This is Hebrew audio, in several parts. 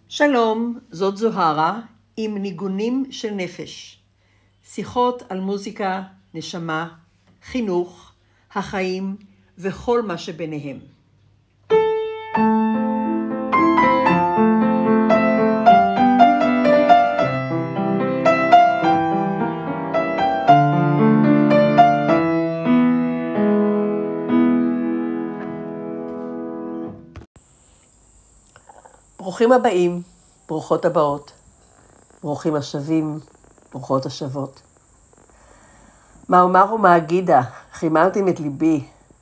שלום, זאת זוהרה עם ניגונים של נפש. שיחות על מוזיקה, נשמה, חינוך, החיים וכל מה שביניהם. ברוכים הבאים, ברוכות הבאות, ברוכים השבים, ברוכות השבות. מה אומר ומה אגידה, חיממתם את ליבי,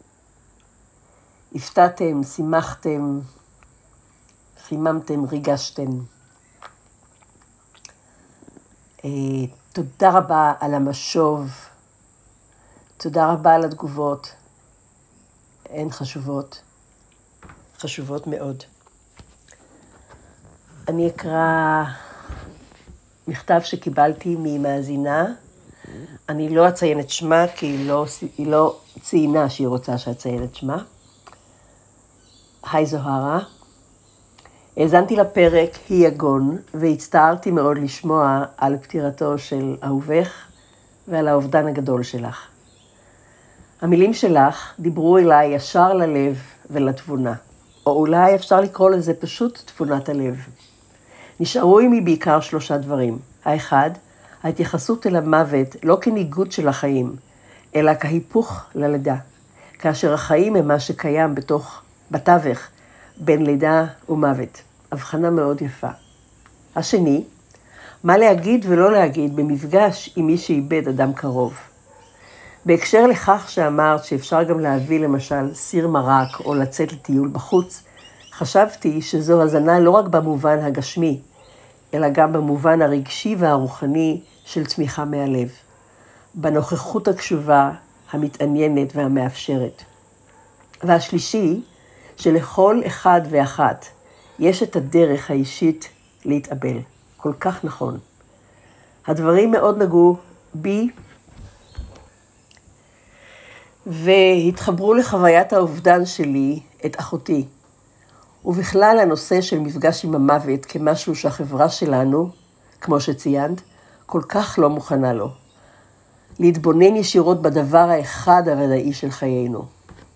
הפתעתם, שימחתם, חיממתם, ריגשתם. תודה רבה על המשוב, תודה רבה על התגובות, הן חשובות, חשובות מאוד. אני אקרא מכתב שקיבלתי ממאזינה. אני לא אציין את שמה כי היא לא ציינה שהיא רוצה שאציין את שמה. היי זוהרה, האזנתי לפרק היא יגון והצטערתי מאוד לשמוע על פטירתו של אהובך ועל האובדן הגדול שלך. המילים שלך דיברו אליי ישר ללב ולתבונה, או אולי אפשר לקרוא לזה פשוט תבונת הלב. נשארו עימי בעיקר 3 דברים. האחד, ההתייחסות אל המוות לא כניגוד של החיים, אלא כהיפוך ללידה, כאשר החיים הם מה שקיים בתווך, בין לידה ומוות. הבחנה מאוד יפה. השני, מה להגיד ולא להגיד במפגש עם מי שאיבד אדם קרוב. בהקשר לכך שאמרת שאפשר גם להביא למשל סיר מרק או לצאת לטיול בחוץ, חשבתי שזו הזנה לא רק במובן הגשמי, אלא גם במובן הרגשי והרוחני של צמיחה מהלב, בנוכחות הקשובה, המתעניינת והמאפשרת. והשלישי, שלכל אחד ואחת יש את הדרך האישית להתאבל. כל כך נכון. הדברים מאוד נגעו בי, והתחברו לחוויית האובדן שלי, את אחותי. ובכלל הנושא של מפגש עם המוות כמשהו שהחברה שלנו, כמו שציינת, כל כך לא מוכנה לו. להתבונן ישירות בדבר האחד הוודאי של חיינו.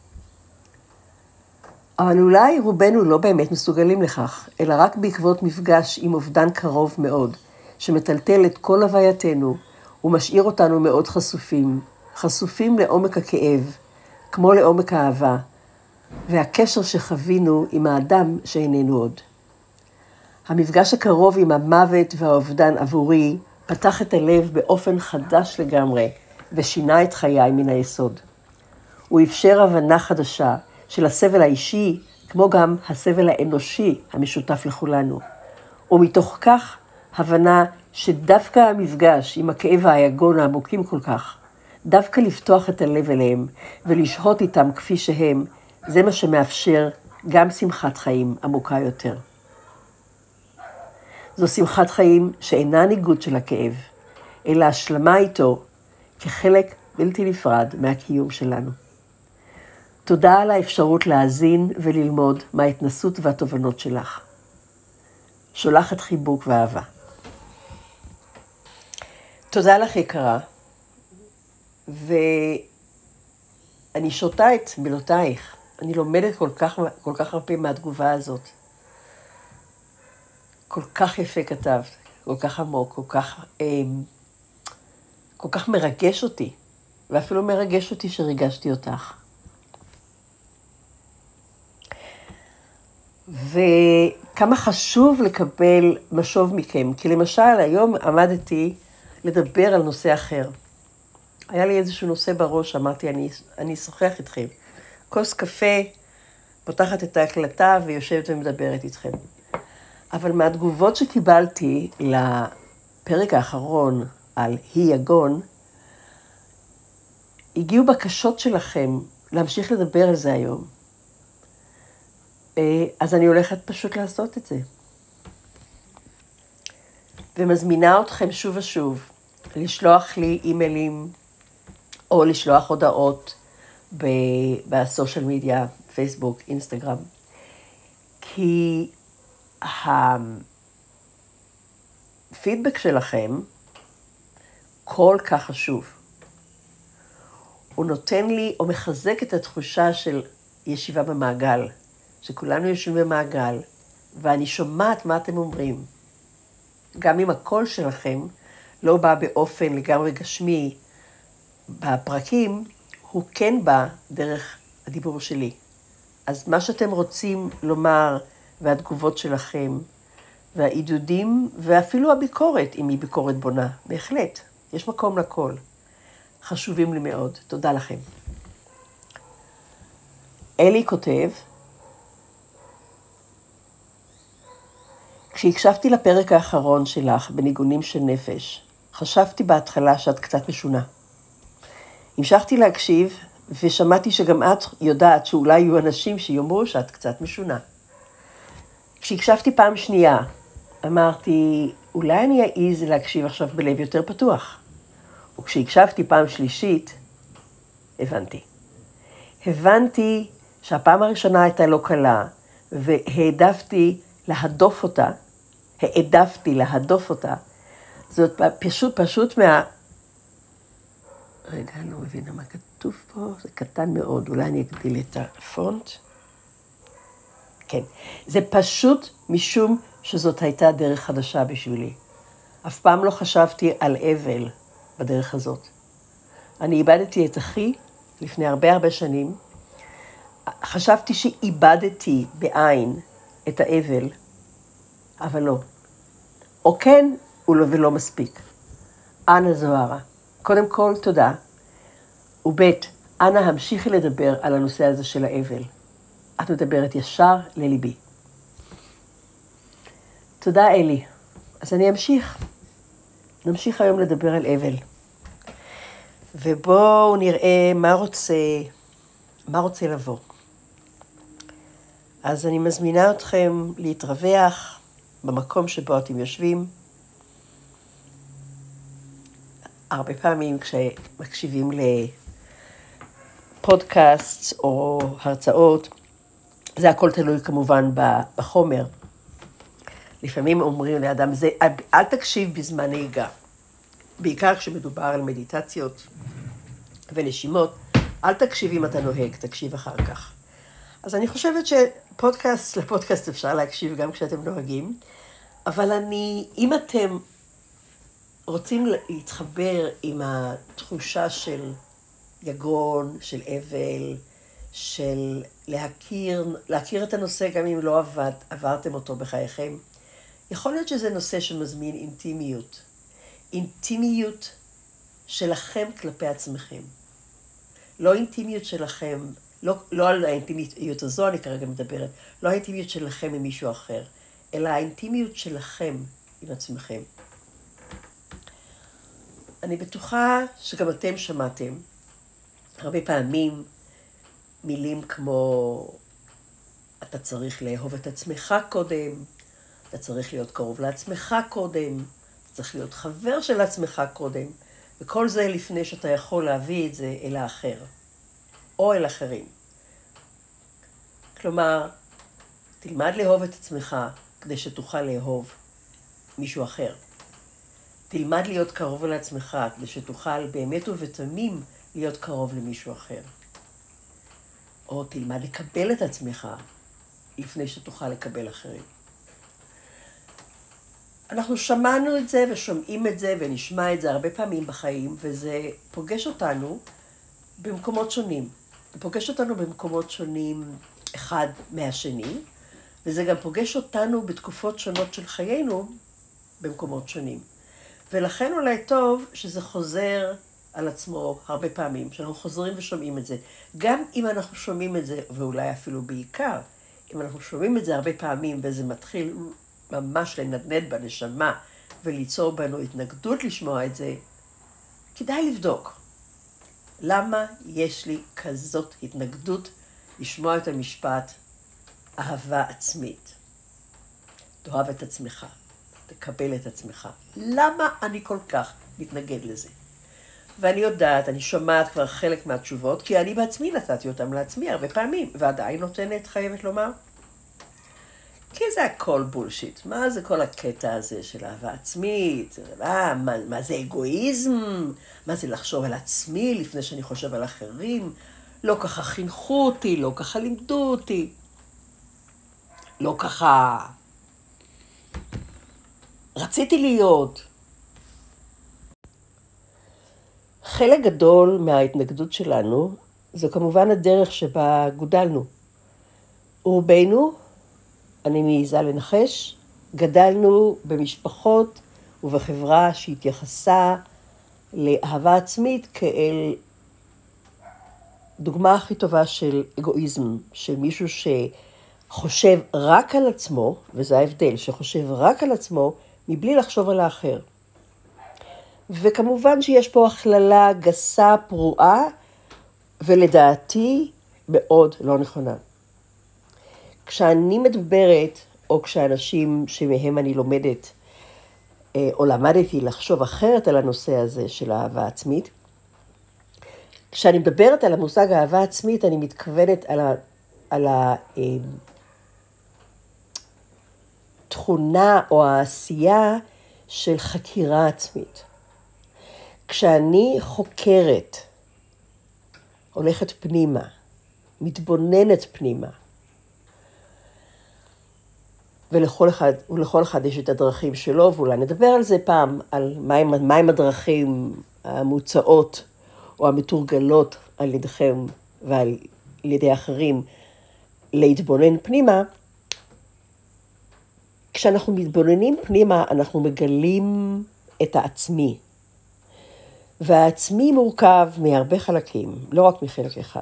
אבל אולי רובנו לא באמת מסוגלים לכך, אלא רק בעקבות מפגש עם אובדן קרוב מאוד, שמטלטל את כל הווייתנו ומשאיר אותנו מאוד חשופים לעומק הכאב, כמו לעומק האהבה, והקשר שחווינו עם האדם שאיננו עוד. המפגש הקרוב עם המוות והאובדן עבורי פתח את הלב באופן חדש לגמרי ושינה את חיי מן היסוד. הוא אפשר הבנה חדשה של הסבל האישי כמו גם הסבל האנושי המשותף לכולנו. ומתוך כך הבנה שדווקא המפגש עם הכאב והיגון העמוקים כל כך, דווקא לפתוח את הלב אליהם ולשהות איתם כפי שהם, זה מה שמאפשר גם שמחת חיים עמוקה יותר. זו שמחת חיים שאינה ניגוד של הכאב, אלא השלמה איתו כחלק בלתי נפרד מהקיום שלנו. תודה על האפשרות להאזין וללמוד מההתנסות והתובנות שלך. שולחת חיבוק ואהבה. תודה לך יקרה, ואני שותה את מילותייך. אני לומדת כל כך הרבה מהתגובה הזאת. כל כך יפה כתבת, כל כך עמוק, כל כך מרגש אותי, ואפילו מרגש אותי שריגשתי אותך. וכמה חשוב לקבל משוב מכם, כי למשל היום עמדתי לדבר על נושא אחר. היה לי איזשהו נושא בראש, אמרתי אני אשוחח איתכם. כוס קפה, פותחת את ההקלטה ויושבת ומדברת איתכם. אבל מהתגובות שקיבלתי לפרק האחרון על היא יגון, הגיעו בקשות שלכם להמשיך לדבר על זה היום. אז אני הולכת פשוט לעשות את זה. ומזמינה אתכם שוב ושוב לשלוח לי אימיילים או לשלוח הודעות בסושיאל מדיה, פייסבוק, אינסטגרם. כי הפידבק שלכם כל כך חשוב. הוא נותן לי, או מחזק את התחושה של ישיבה במעגל, שכולנו יושבים במעגל, ואני שומעת מה אתם אומרים. גם אם הקול שלכם לא בא באופן לגמרי גשמי בפרקים, הוא כן בא דרך הדיבור שלי. אז מה שאתם רוצים לומר, והתגובות שלכם, והעידודים, ואפילו הביקורת, אם היא ביקורת בונה, בהחלט, יש מקום לכל. חשובים לי מאוד. תודה לכם. אלי כותב, כשהקשבתי לפרק האחרון שלך בניגונים של נפש, חשבתי בהתחלה שאת קצת משונה. המשכתי להקשיב ושמעתי שגם את יודעת שאולי יהיו אנשים שיאמרו שאת קצת משונה. כשהקשבתי פעם שנייה, אמרתי, אולי אני אעז להקשיב עכשיו בלב יותר פתוח. וכשהקשבתי פעם שלישית, הבנתי שהפעם הראשונה הייתה לא קלה, והעדפתי להדוף אותה. זאת פשוט רגע, אני לא מבינה מה כתוב פה, זה קטן מאוד, אולי אני אגדיל את הפונט. כן, זה פשוט משום שזאת הייתה דרך חדשה בשבילי. אף פעם לא חשבתי על אבל בדרך הזאת. אני איבדתי את אחי לפני הרבה שנים. חשבתי שאיבדתי בעין את האבל, אבל לא. או כן, ולא מספיק. אנה זוהרה, קודם כל תודה. ובית, אנה המשיכי לדבר על הנושא הזה של האבל. את מדברת ישר לליבי. תודה אלי. אז אני נמשיך היום לדבר על אבל. ובואו נראה מה רוצה לבוא. אז אני מזמינה אתכם להתרווח במקום שבו אתם יושבים. הרבה פעמים כשמקשיבים לפודקאסט או הרצאות, זה הכל תלוי כמובן בחומר. לפעמים אומרים לאדם, אל תקשיב בזמן נהיגה. בעיקר כשמדובר על מדיטציות ונשימות, אל תקשיב אם אתה נוהג, תקשיב אחר כך. אז אני חושבת לפודקאסט אפשר להקשיב גם כשאתם נוהגים, אבל אם אתם רוצים להתחבר עם התחושה של יגון, של אבל, של להכיר את הנושא גם אם לא עברתם אותו בחייכם, יכול להיות שזה נושא שמזמין אינטימיות שלכם כלפי עצמכם. לא אינטימיות שלכם, לא על האינטימיות הזו אני כרגע מדברת, לא האינטימיות שלכם עם מישהו אחר, אלא האינטימיות שלכם עם עצמכם. אני בטוחה שגם אתם שמעתם הרבה פעמים מילים כמו אתה צריך לאהוב את עצמך קודם, אתה צריך להיות קרוב לעצמך קודם, אתה צריך להיות חבר של עצמך קודם, וכל זה לפני שאתה יכול להביא את זה אל האחר, או אל אחרים. כלומר, תלמד לאהוב את עצמך כדי שתוכל לאהוב מישהו אחר. תלמד להיות קרוב לעצמך כדי שתוכל באמת ובתמים להיות קרוב למישהו אחר. או תלמד לקבל את עצמך לפני שתוכל לקבל אחרים. אנחנו שמענו את זה ושומעים את זה ונשמע את זה הרבה פעמים בחיים, וזה פוגש אותנו במקומות שונים. זה פוגש אותנו במקומות שונים אחד מהשני, וזה גם פוגש אותנו בתקופות שונות של חיינו במקומות שונים. ולכן אולי טוב שזה חוזר על עצמו הרבה פעמים, שאנחנו חוזרים ושומעים את זה. גם אם אנחנו שומעים את זה, ואולי אפילו בעיקר, אם אנחנו שומעים את זה הרבה פעמים וזה מתחיל ממש לנדנד בנשמה וליצור בנו התנגדות לשמוע את זה, כדאי לבדוק. למה יש לי כזאת התנגדות לשמוע את המשפט אהבה עצמית? תאהב את עצמך, תקבל את עצמך. למה אני כל כך מתנגד לזה? ואני יודעת, אני שומעת כבר חלק מהתשובות, כי אני בעצמי נתתי אותם לעצמי הרבה פעמים, ועדיין נותנת, חייבת לומר. כי זה הכל בולשיט. מה זה כל הקטע הזה של אהבה עצמית? מה זה אגואיזם? מה זה לחשוב על עצמי לפני שאני חושב על אחרים? לא ככה חינכו אותי, לא ככה לימדו אותי. לא ככה רציתי להיות. חלק גדול מההתנגדות שלנו, זו כמובן הדרך שבה גודלנו. רובנו, אני מעיזה לנחש, גדלנו במשפחות ובחברה שהתייחסה לאהבה עצמית כאל דוגמה הכי טובה של אגואיזם, של מישהו שחושב רק על עצמו, וזה ההבדל, שחושב רק על עצמו, מבלי לחשוב על האחר. וכמובן שיש פה הכללה גסה, פרועה, ולדעתי מאוד לא נכונה. כשאני מדברת, או כשאנשים שמהם אני לומדת, או למדתי לחשוב אחרת על הנושא הזה של אהבה עצמית, כשאני מדברת על המושג אהבה עצמית, אני מתכוונת על התכונה או העשייה של חקירה עצמית. כשאני חוקרת, הולכת פנימה, מתבוננת פנימה, ולכל אחד יש את הדרכים שלו, ואולי נדבר על זה פעם, על מהם הדרכים המוצעות או המתורגלות על ידיכם ועל ידי אחרים להתבונן פנימה. כשאנחנו מתבוננים פנימה, אנחנו מגלים את העצמי. והעצמי מורכב מהרבה חלקים, לא רק מחלק אחד.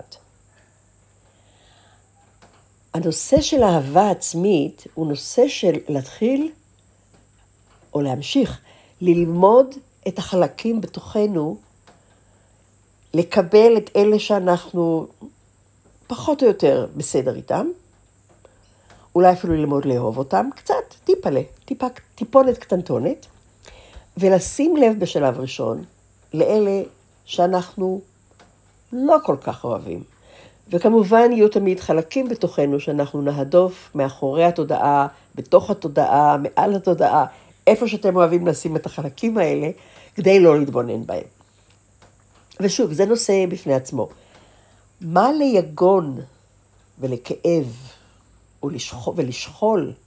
הנושא של אהבה עצמית הוא נושא של להתחיל או להמשיך ללמוד את החלקים בתוכנו, לקבל את אלה שאנחנו פחות או יותר בסדר איתם, אולי אפילו ללמוד לאהוב אותם, קצת, טיפונת קטנטונת, ולשים לב בשלב ראשון לאלה שאנחנו לא כל כך אוהבים. וכמובן יהיו תמיד חלקים בתוכנו שאנחנו נהדוף מאחורי התודעה, בתוך התודעה, מעל התודעה, איפה שאתם אוהבים לשים את החלקים האלה, כדי לא להתבונן בהם. ושוב, זה נושא בפני עצמו. מה ליגון ולכאב ולשחול?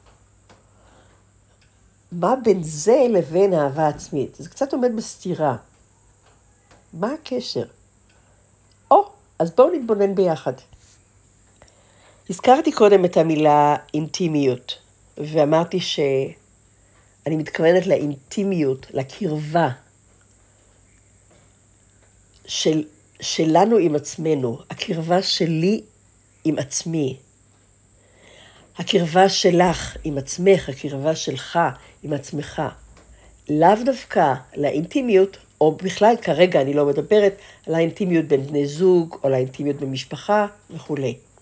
מה בין זה לבין אהבה עצמית? זה קצת עומד בסתירה. מה הקשר? אז בואו נתבונן ביחד. הזכרתי קודם את המילה אינטימיות, ואמרתי שאני מתכוונת לאינטימיות, לקרבה שלנו עם עצמנו, הקרבה שלי עם עצמי, הקרבה שלך עם עצמך, הקרבה שלך עם עצמך, לאו דווקא לאינטימיות, או בכלל כרגע אני לא מדברת על האינטימיות בין בני זוג, או לאינטימיות במשפחה וכו'.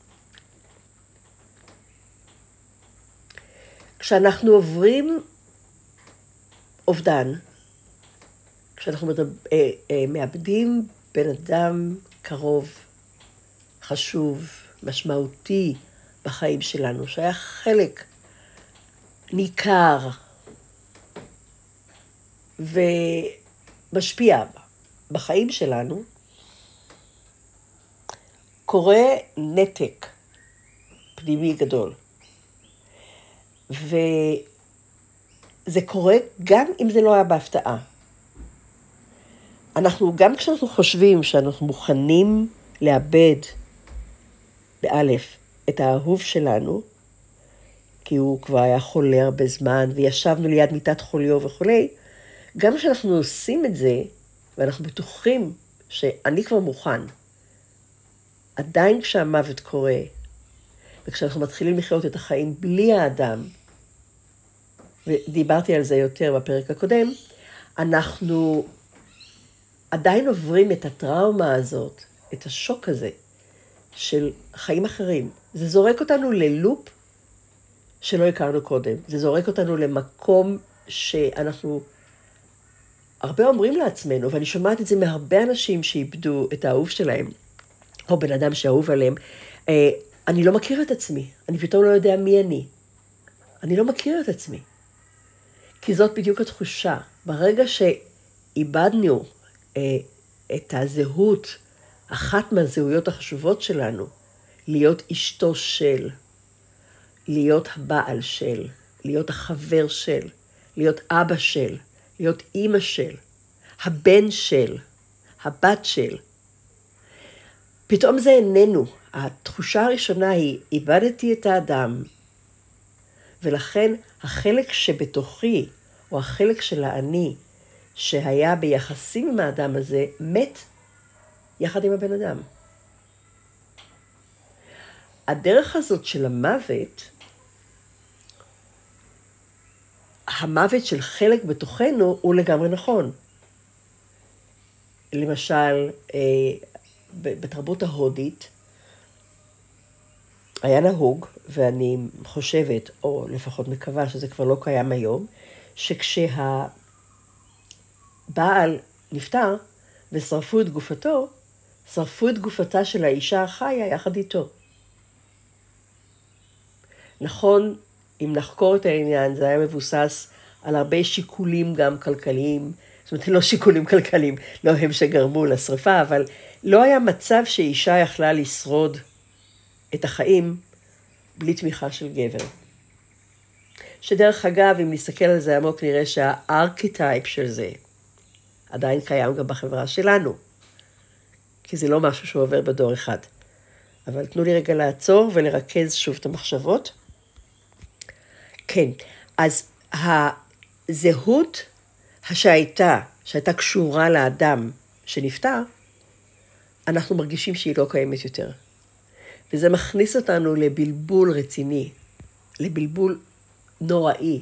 כשאנחנו עוברים אובדן, כשאנחנו מאבדים בן אדם קרוב, חשוב, משמעותי בחיים שלנו, שהיה חלק ניכר ומשפיע בחיים שלנו, קורה נתק פנימי גדול. וזה קורה גם אם זה לא היה בהפתעה. גם כשאנחנו חושבים שאנחנו מוכנים לאבד באלף את האהוב שלנו, כי הוא כבר היה חולה הרבה זמן, וישבנו ליד מיטת חוליו וכו', גם כשאנחנו עושים את זה, ואנחנו בטוחים שאני כבר מוכן, עדיין כשהמוות קורה, וכשאנחנו מתחילים לחיות את החיים בלי האדם, ודיברתי על זה יותר בפרק הקודם, אנחנו עדיין עוברים את הטראומה הזאת, את השוק הזה, של חיים אחרים. זה זורק אותנו ללופ שלא הכרנו קודם. זה זורק אותנו למקום שאנחנו הרבה אומרים לעצמנו, ואני שומעת את זה מהרבה אנשים שאיבדו את האהוב שלהם, או בן אדם שאהוב עליהם, אני לא מכיר את עצמי, אני פתאום לא יודע מי אני. אני לא מכיר את עצמי. כי זאת בדיוק התחושה. ברגע שאיבדנו את הזהות, אחת מהזהויות החשובות שלנו, להיות אשתו של, להיות הבעל של, להיות החבר של, להיות אבא של, להיות אמא של, הבן של, הבת של. פתאום זה איננו. התחושה הראשונה היא, איבדתי את האדם, ולכן החלק שבתוכי, או החלק של האני, שהיה ביחסים עם האדם הזה, מת יחד עם הבן אדם. הדרך הזאת של המוות של חלק בתוכנו הוא לגמרי נכון. למשל, בתרבות ההודית, היה נהוג, ואני חושבת, או לפחות מקווה שזה כבר לא קיים היום, שכשהבעל נפטר ושרפו את גופתו, שרפו את גופתה של האישה החיה יחד איתו. נכון, אם נחקור את העניין, זה היה מבוסס על הרבה שיקולים גם כלכליים, זאת אומרת, לא שיקולים כלכליים, לא הם שגרמו לשרפה, אבל לא היה מצב שאישה יכלה לשרוד את החיים בלי תמיכה של גבר. שדרך אגב, אם נסתכל על זה עמוק, נראה שהארכיטייפ של זה עדיין קיים גם בחברה שלנו, כי זה לא משהו שעובר בדור אחד. אבל תנו לי רגע לעצור ולרכז שוב את המחשבות. כן, אז הזהות שהייתה קשורה לאדם שנפטר, אנחנו מרגישים שהיא לא קיימת יותר. וזה מכניס אותנו לבלבול רציני, לבלבול נוראי.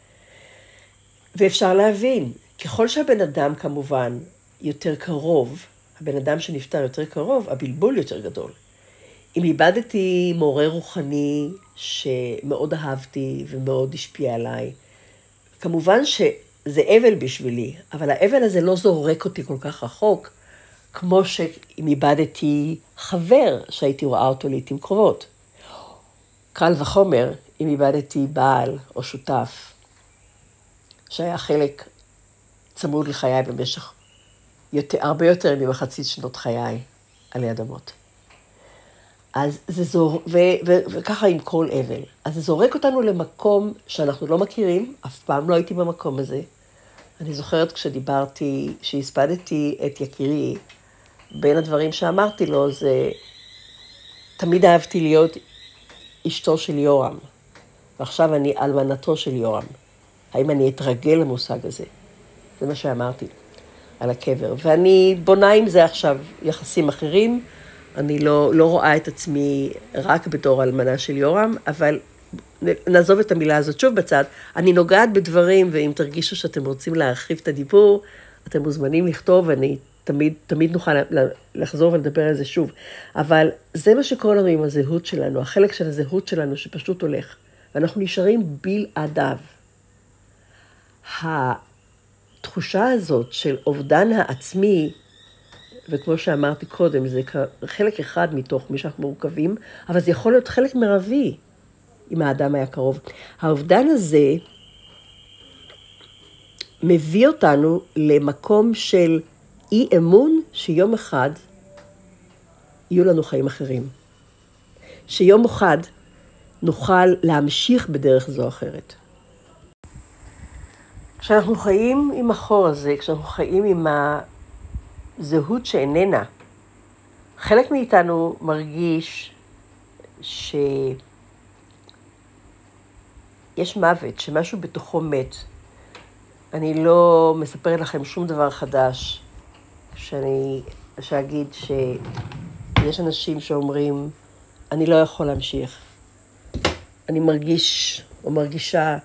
ואפשר להבין, ככל שהבן אדם כמובן יותר קרוב, הבן אדם שנפטר יותר קרוב, הבלבול יותר גדול. אם איבדתי מורה רוחני שמאוד אהבתי ומאוד השפיע עליי, כמובן שזה אבל בשבילי, אבל האבל הזה לא זורק אותי כל כך רחוק, כמו שאם איבדתי חבר שהייתי רואה אותו לעתים קרובות. קל וחומר, אם איבדתי בעל או שותף, שהיה חלק צמוד לחיי במשך הרבה יותר ממחצית שנות חיי עלי אדמות. אז זה וככה עם כל אבל. אז זה זורק אותנו למקום שאנחנו לא מכירים, אף פעם לא הייתי במקום הזה. אני זוכרת שהספדתי את יקירי, בין הדברים שאמרתי לו זה, תמיד אהבתי להיות אשתו של יורם, ועכשיו אני אלמנתו של יורם. האם אני אתרגל למושג הזה? זה מה שאמרתי על הקבר. ואני בונה עם זה עכשיו יחסים אחרים, אני לא רואה את עצמי רק בתור אלמנה של יורם, אבל נעזוב את המילה הזאת שוב בצד. אני נוגעת בדברים, ואם תרגישו שאתם רוצים להרחיב את הדיבור, אתם מוזמנים לכתוב, ואני תמיד נוכל לחזור ולדבר על זה שוב. אבל זה מה שקורה לנו עם הזהות שלנו, החלק של הזהות שלנו שפשוט הולך, ואנחנו נשארים בלעדיו. התחושה הזאת של אובדן העצמי, וכמו שאמרתי קודם, זה חלק אחד מתוך מי שאנחנו מורכבים, אבל זה יכול להיות חלק מרבי, אם האדם היה קרוב. האובדן הזה מביא אותנו למקום של אי אמון שיום אחד יהיו לנו חיים אחרים. שיום אחד נוכל להמשיך בדרך זו אחרת. כשאנחנו חיים עם החור הזה, כשאנחנו חיים עם הזהות שאיננה, חלק מאיתנו מרגיש שיש מוות, שמשהו בתוכו מת. אני לא מספרת לכם שום דבר חדש, שאגיד שיש אנשים שאומרים, אני לא יכול להמשיך. אני מרגיש או מרגישה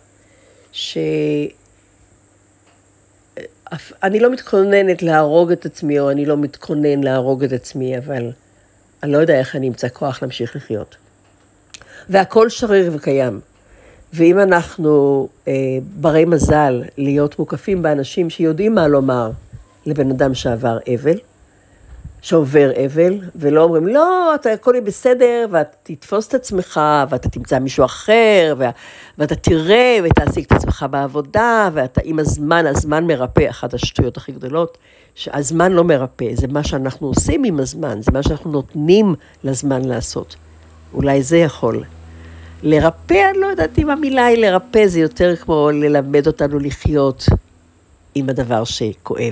אני לא מתכוננת להרוג את עצמי, או אני לא מתכונן להרוג את עצמי, אבל אני לא יודע איך אני אמצא כוח להמשיך לחיות. והכל שריר וקיים. ואם אנחנו ברי מזל להיות מוקפים באנשים שיודעים מה לומר לבן אדם שעבר אבל, שעובר אבל, ולא אומרים, לא, אתה הכל יהיה בסדר, ואתה תתפוס את עצמך, ואתה תמצא מישהו אחר, ואתה תראה, ותעסיק את עצמך בעבודה, ואתה עם הזמן מרפא, אחת השטויות הכי גדולות, שהזמן לא מרפא, זה מה שאנחנו עושים עם הזמן, זה מה שאנחנו נותנים לזמן לעשות. אולי זה יכול. לרפא, אני לא יודעת אם המילה היא לרפא, זה יותר כמו ללמד אותנו לחיות עם הדבר שכואב.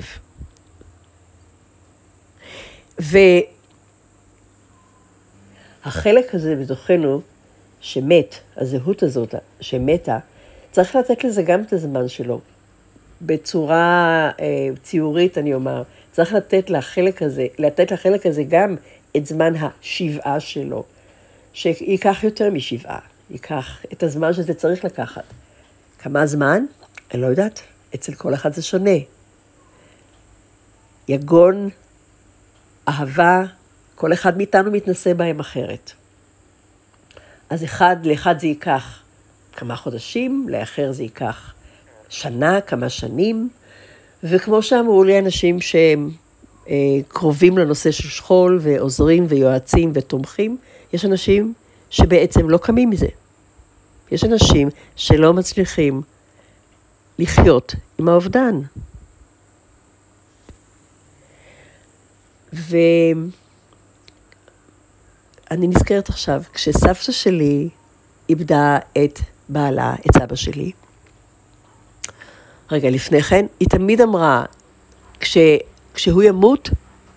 והחלק הזה בתוכנו שמת, הזהות הזאת שמתה, צריך לתת לזה גם את הזמן שלו. בצורה ציורית אני אומר, צריך לתת לחלק הזה גם את זמן השבעה שלו, שיקח יותר משבעה, ייקח את הזמן שזה צריך לקחת. כמה זמן? אני לא יודעת, אצל כל אחד זה שונה. יגון, אהבה, כל אחד מאיתנו מתנסה בהם אחרת. אז לאחד זה ייקח כמה חודשים, לאחר זה ייקח שנה, כמה שנים, וכמו שאמרו לי אנשים שהם קרובים לנושא של שכול ועוזרים ויועצים ותומכים, יש אנשים שבעצם לא קמים מזה. יש אנשים שלא מצליחים לחיות עם האובדן. ואני נזכרת עכשיו, כשסבתא שלי איבדה את בעלה, את סבא שלי, רגע לפני כן, היא תמיד אמרה, כשהוא ימות,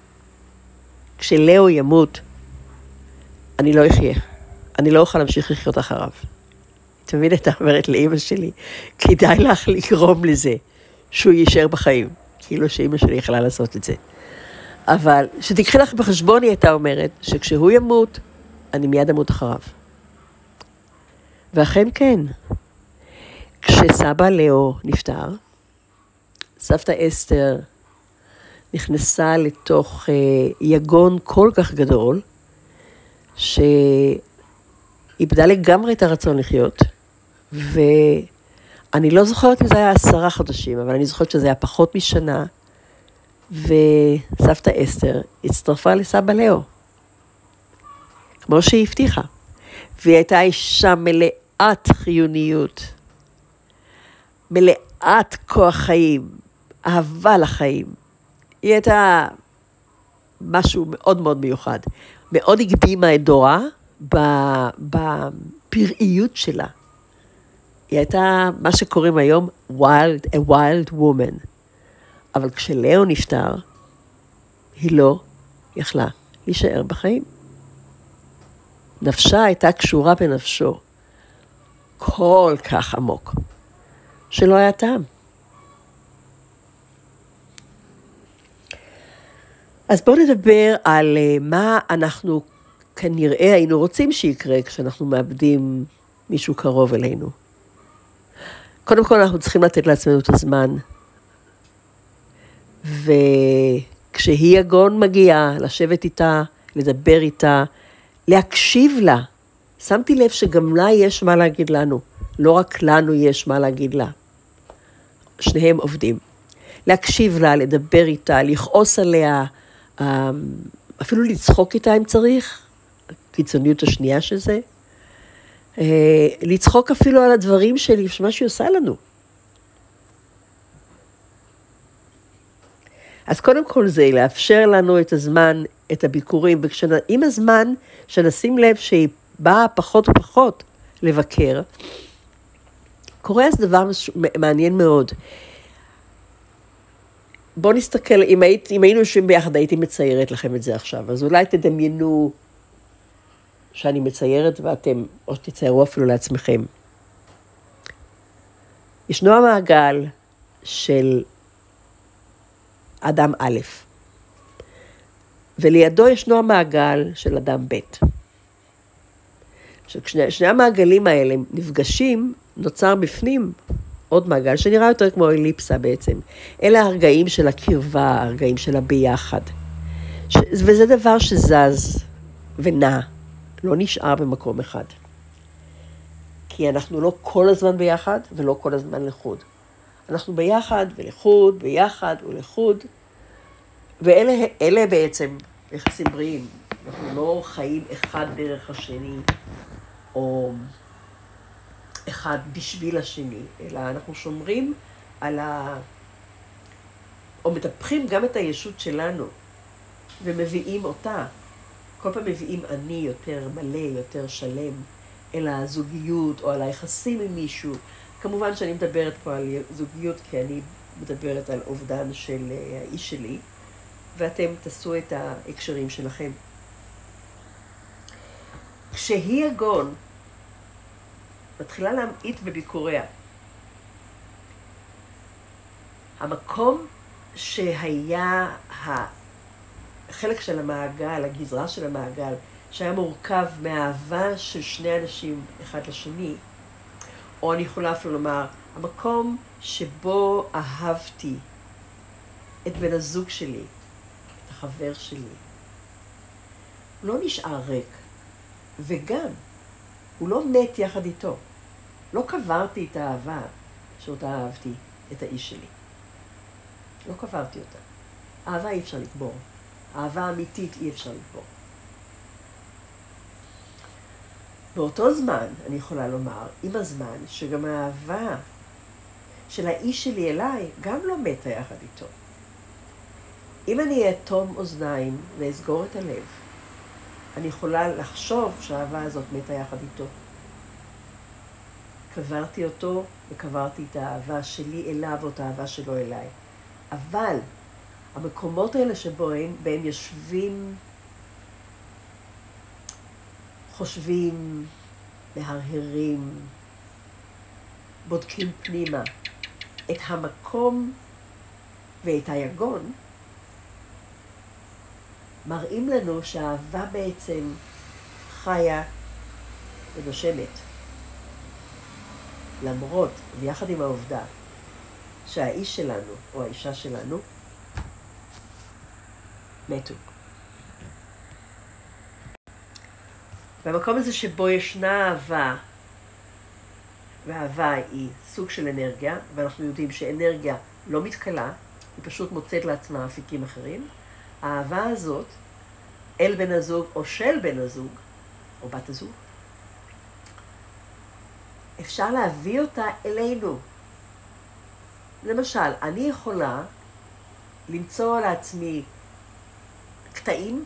כשלאו ימות, אני לא אחיה. אני לא אוכל להמשיך לחיות אחריו. תמיד הייתה אומרת לאמא שלי, כדאי לך לגרום לזה, שהוא יישאר בחיים. כאילו שאמא שלי יכלה לעשות את זה. אבל שתיקחי לך בחשבון, היא הייתה אומרת, שכשהוא ימות, אני מיד אמות אחריו. ואכן כן, כשסבא לאו נפטר, סבתא אסתר נכנסה לתוך יגון כל כך גדול, שאיבדה לגמרי את הרצון לחיות, ואני לא זוכרת אם זה היה 10 חודשים, אבל אני זוכרת שזה היה פחות משנה, וסבתא אסתר הצטרפה לסבא לאו, כמו שהיא הבטיחה, והיא הייתה אישה מלאת חיוניות, מלאת כוח חיים, אהבה לחיים. היא הייתה משהו מאוד מאוד מיוחד. מאוד הקדימה את דורה בפראיות שלה. היא הייתה מה שקוראים היום a wild woman. אבל כשלאו נפטר, היא לא יכלה להישאר בחיים. נפשה הייתה קשורה בנפשו כל כך עמוק, שלא היה טעם. אז בואו נדבר על מה אנחנו כנראה היינו רוצים שיקרה כשאנחנו מאבדים מישהו קרוב אלינו. קודם כל אנחנו צריכים לתת לעצמנו את הזמן, וכשהיא יגון מגיעה, לשבת איתה, לדבר איתה, להקשיב לה. שמתי לב שגם לה יש מה להגיד לנו, לא רק לנו יש מה להגיד לה. שניהם עובדים. להקשיב לה, לדבר איתה, לכעוס עליה, אפילו לצחוק איתה אם צריך, קיצוניות השנייה שזה. לצחוק אפילו על הדברים שלי, שמה שהיא עושה לנו. אז קודם כל זה, לאפשר לנו את הזמן, את הביקורים, עם הזמן שנשים לב שהיא באה פחות ופחות לבקר, קורה אז דבר מעניין מאוד. בואו נסתכל, אם היינו יושבים ביחד, הייתי מציירת לכם את זה עכשיו, אז אולי תדמיינו שאני מציירת ואתם, או שתציירו אפילו לעצמכם. ישנו המעגל של אדם א', ולידו ישנו המעגל של אדם ב'. כששני המעגלים האלה נפגשים, נוצר בפנים עוד מעגל שנראה יותר כמו אליפסה בעצם. אלה הרגעים של הקרבה, הרגעים של הביחד. וזה דבר שזז ונע, לא נשאר במקום אחד. כי אנחנו לא כל הזמן ביחד ולא כל הזמן לחוד. אנחנו ביחד ולחוד, ביחד ולחוד, ואלה בעצם יחסים בריאים. אנחנו לא חיים אחד דרך השני, או אחד בשביל השני, אלא אנחנו שומרים על או מטפחים גם את הישות שלנו, ומביאים אותה. כל פעם מביאים אני יותר מלא, יותר שלם, אל הזוגיות או על היחסים עם מישהו. כמובן שאני מדברת פה על זוגיות, כי אני מדברת על אובדן של האיש שלי, ואתם תעשו את ההקשרים שלכם. כשהיא יגון מתחילה להמעיט בביקוריה, המקום שהיה החלק של המעגל, הגזרה של המעגל, שהיה מורכב מהאהבה של שני אנשים אחד לשני, או אני יכולה אפילו לומר, המקום שבו אהבתי את בן הזוג שלי, את החבר שלי, הוא לא נשאר ריק, וגם הוא לא מת יחד איתו. לא קברתי את האהבה שאותה אהבתי את האיש שלי. לא קברתי אותה. אהבה אי אפשר לקבור. אהבה אמיתית אי אפשר לקבור. באותו זמן, אני יכולה לומר, עם הזמן, שגם האהבה של האיש שלי אליי גם לא מתה יחד איתו. אם אני אטום אוזניים ואסגור את הלב, אני יכולה לחשוב שהאהבה הזאת מתה יחד איתו. קברתי אותו וקברתי את האהבה שלי אליו ואת האהבה שלו אליי. אבל המקומות האלה בהם יושבים, חושבים, מהרהרים, בודקים פנימה את המקום ואת היגון, מראים לנו שהאהבה בעצם חיה ונושמת. למרות, ויחד עם העובדה, שהאיש שלנו או האישה שלנו מתו. והמקום הזה שבו ישנה אהבה, והאהבה היא סוג של אנרגיה, ואנחנו יודעים שאנרגיה לא מתכלה, היא פשוט מוצאת לעצמה אפיקים אחרים, האהבה הזאת אל בן הזוג או של בן הזוג, או בת הזוג, אפשר להביא אותה אלינו. למשל, אני יכולה למצוא לעצמי קטעים,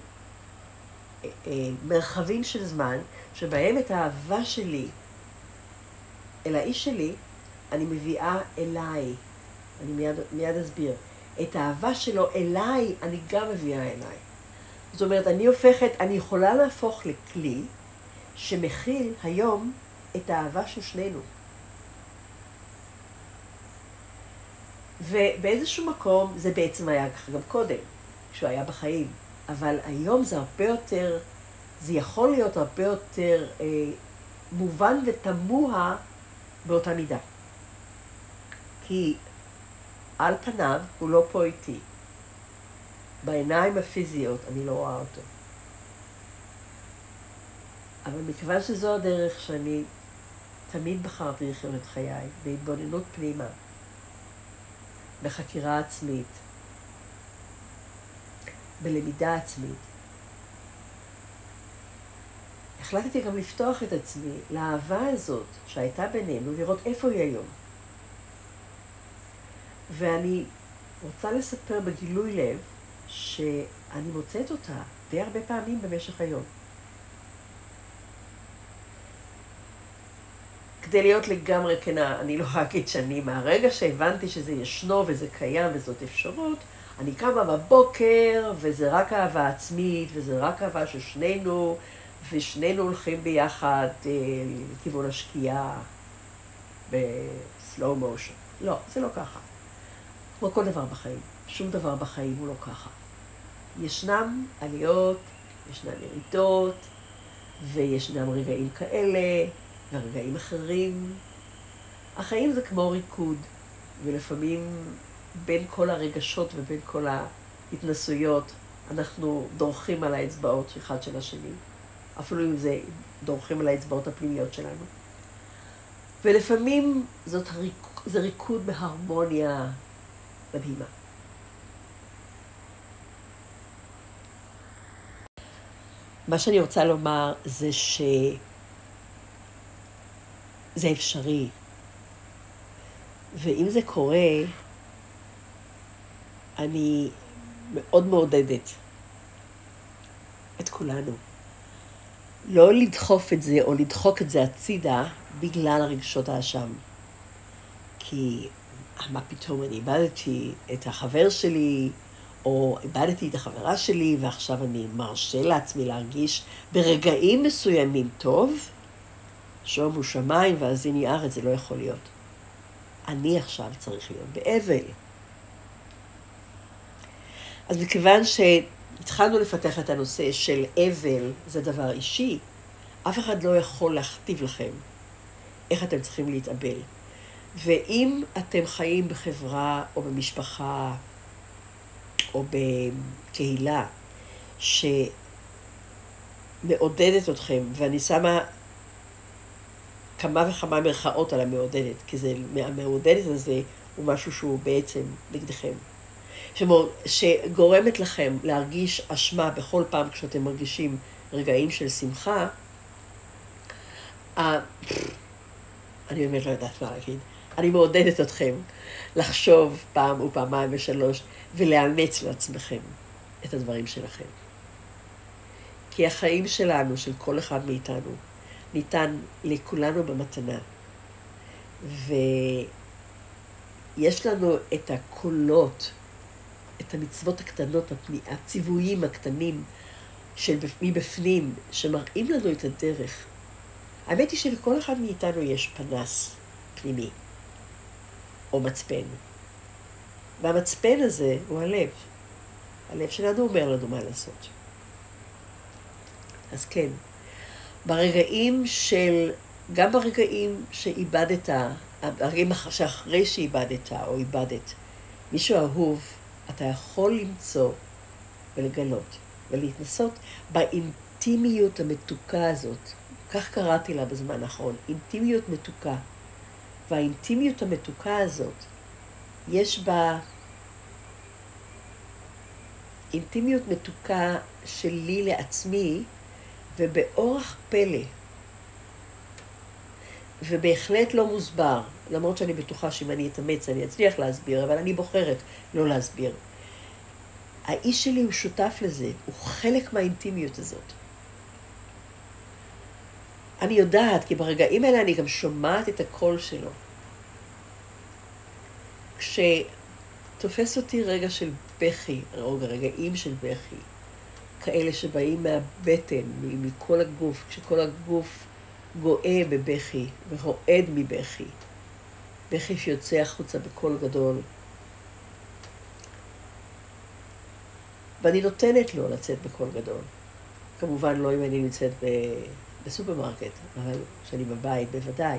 מרחבים של זמן, שבהם את האהבה שלי אל האיש שלי, אני מביאה אליי. אני מיד אסביר. את האהבה שלו אליי, אני גם מביאה אליי. זאת אומרת, אני יכולה להפוך לכלי שמכיל היום את האהבה של שנינו. ובאיזשהו מקום זה בעצם היה ככה גם קודם, כשהוא היה בחיים. אבל היום זה הרבה יותר, זה יכול להיות הרבה יותר מובן ותמוה באותה מידה. כי על פניו הוא לא פה איתי. בעיניים הפיזיות אני לא רואה אותו. אבל מכיוון שזו הדרך שאני תמיד בחרתי לחיות את חיי, בהתבוננות פנימה, בחקירה עצמית, בלמידה עצמית, החלטתי גם לפתוח את עצמי לאהבה הזאת שהייתה בינינו, לראות איפה היא היום. ואני רוצה לספר בגילוי לב שאני מוצאת אותה די הרבה פעמים במשך היום. כדי להיות לגמרי כנה, אני לא אגיד שאני מהרגע שהבנתי שזה ישנו וזה קיים וזאת אפשרות, אני קמה בבוקר וזה רק אהבה עצמית וזה רק אהבה של שנינו, ושנינו הולכים ביחד לכיוון השקיעה בסלואו מושן. לא, זה לא ככה. כמו כל דבר בחיים. שום דבר בחיים הוא לא ככה. ישנם עליות, ישנם ירידות, וישנם רגעים כאלה, ורגעים אחרים. החיים זה כמו ריקוד, ולפעמים בין כל הרגשות ובין כל ההתנסויות, אנחנו דורכים על האצבעות אחד של השני. אפילו אם זה דורכים על האצבעות הפנימיות שלנו. ולפעמים זה ריקוד בהרמוניה. מדהימה. מה שאני רוצה לומר זה שזה אפשרי. ואם זה קורה, אני מאוד מעודדת את כולנו. לא לדחוף את זה או לדחוק את זה הצידה בגלל רגשות האשם. כי מה פתאום אני איבדתי את החבר שלי, או איבדתי את החברה שלי, ועכשיו אני מרשה לעצמי להרגיש ברגעים מסוימים טוב, שומו שמיים והאזיני ארץ, זה לא יכול להיות. אני עכשיו צריך להיות באבל. אז מכיוון שהתחלנו לפתח את הנושא של אבל, זה דבר אישי, אף אחד לא יכול להכתיב לכם איך אתם צריכים להתאבל. ואם אתם חיים בחברה או במשפחה או בקהילה שמעודדת אתכם, ואני שמה כמה וכמה מרכאות על המעודדת, כי המעודדת הזה הוא משהו שהוא בעצם נגדכם. שגורמת לכם להרגיש אשמה בכל פעם כשאתם מרגישים רגעים של שמחה, אני באמת לא יודעת מה להגיד. אני מעודדת אתכם לחשוב פעם ופעמיים ושלוש ולאמץ לעצמכם את הדברים שלכם. כי החיים שלנו, של כל אחד מאיתנו, ניתן לכולנו במתנה. ויש לנו את הקולות, את המצוות הקטנות, הציוויים הקטנים של מבפנים, שמראים לנו את הדרך. האמת היא שלכל אחד מאיתנו יש פנס פנימי, או מצפן. והמצפן הזה הוא הלב. הלב שלנו אומר לנו מה לעשות. אז כן, גם ברגעים שאיבדת, ברגעים שאחרי שאיבדת או איבדת, מישהו אהוב, אתה יכול למצוא ולגלות ולהתנסות באינטימיות המתוקה הזאת. כך קראתי לה בזמן האחרון, אינטימיות מתוקה. והאינטימיות המתוקה הזאת, יש בה אינטימיות מתוקה שלי לעצמי, ובאורח פלא. ובהחלט לא מוסבר, למרות שאני בטוחה שאם אני אתאמץ אני אצליח להסביר, אבל אני בוחרת לא להסביר. האיש שלי הוא שותף לזה, הוא חלק מהאינטימיות הזאת. אני יודעת, כי ברגעים האלה אני גם שומעת את הקול שלו. כשתופס אותי רגע של בכי, רגעים של בכי, כאלה שבאים מהבטן, מכל הגוף, כשכל הגוף גואה בבכי ורועד מבכי, בכי שיוצא החוצה בקול גדול. ואני נותנת לו לצאת בקול גדול. כמובן לא אם אני נמצאת בסופרמרקט, אבל כשאני בבית בוודאי.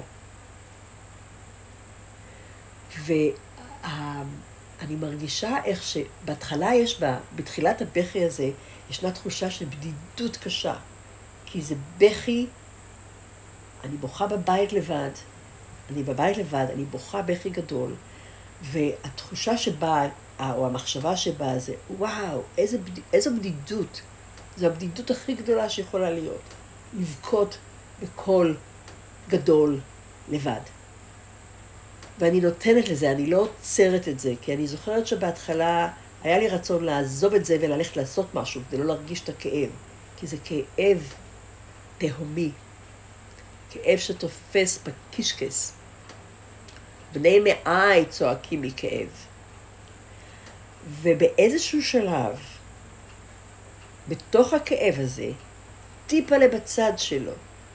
ואני מרגישה איך שבהתחלה בתחילת הבכי הזה, ישנה תחושה של בדידות קשה. כי זה בכי, אני בוכה בבית לבד, אני בוכה בכי גדול, והתחושה שבאה, או המחשבה שבאה זה, וואו, איזו בדידות. זו הבדידות הכי גדולה שיכולה להיות. לבכות בקול גדול לבד. ואני נותנת לזה, אני לא עוצרת את זה, כי אני זוכרת שבהתחלה היה לי רצון לעזוב את זה וללכת לעשות משהו, כדי לא להרגיש את הכאב. כי זה כאב תהומי. כאב שתופס בקישקס. בני מעי צועקים מכאב. ובאיזשהו שלב, בתוך הכאב הזה, טיפה לבצד שלו,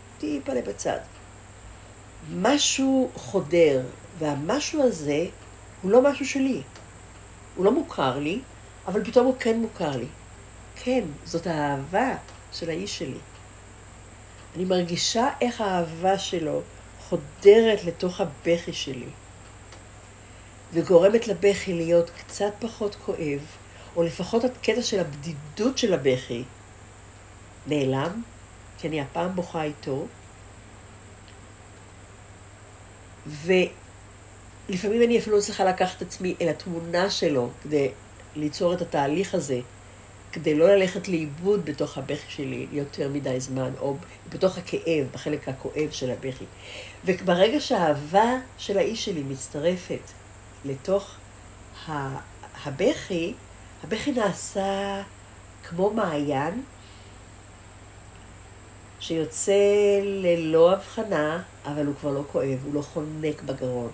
משהו חודר, והמשהו הזה הוא לא משהו שלי. הוא לא מוכר לי, אבל פתאום הוא כן מוכר לי. כן, זאת האהבה של האיש שלי. אני מרגישה איך האהבה שלו חודרת לתוך הבכי שלי, וגורמת לבכי להיות קצת פחות כואב, או לפחות הקטע של הבדידות של הבכי נעלם, כי אני הפעם בוכה איתו, ולפעמים אני אפילו לא צריכה לקחת את עצמי אל התמונה שלו, כדי ליצור את התהליך הזה כדי לא ללכת לאיבוד בתוך הבכי שלי יותר מדי זמן, או בתוך הכאב, בחלק הכואב של הבכי. וברגע שהאהבה של האיש שלי מצטרפת לתוך הבכי, הבכי נעשה כמו מעיין, שיוצא ללא הבחנה, אבל הוא כבר לא כואב, הוא לא חונק בגרון.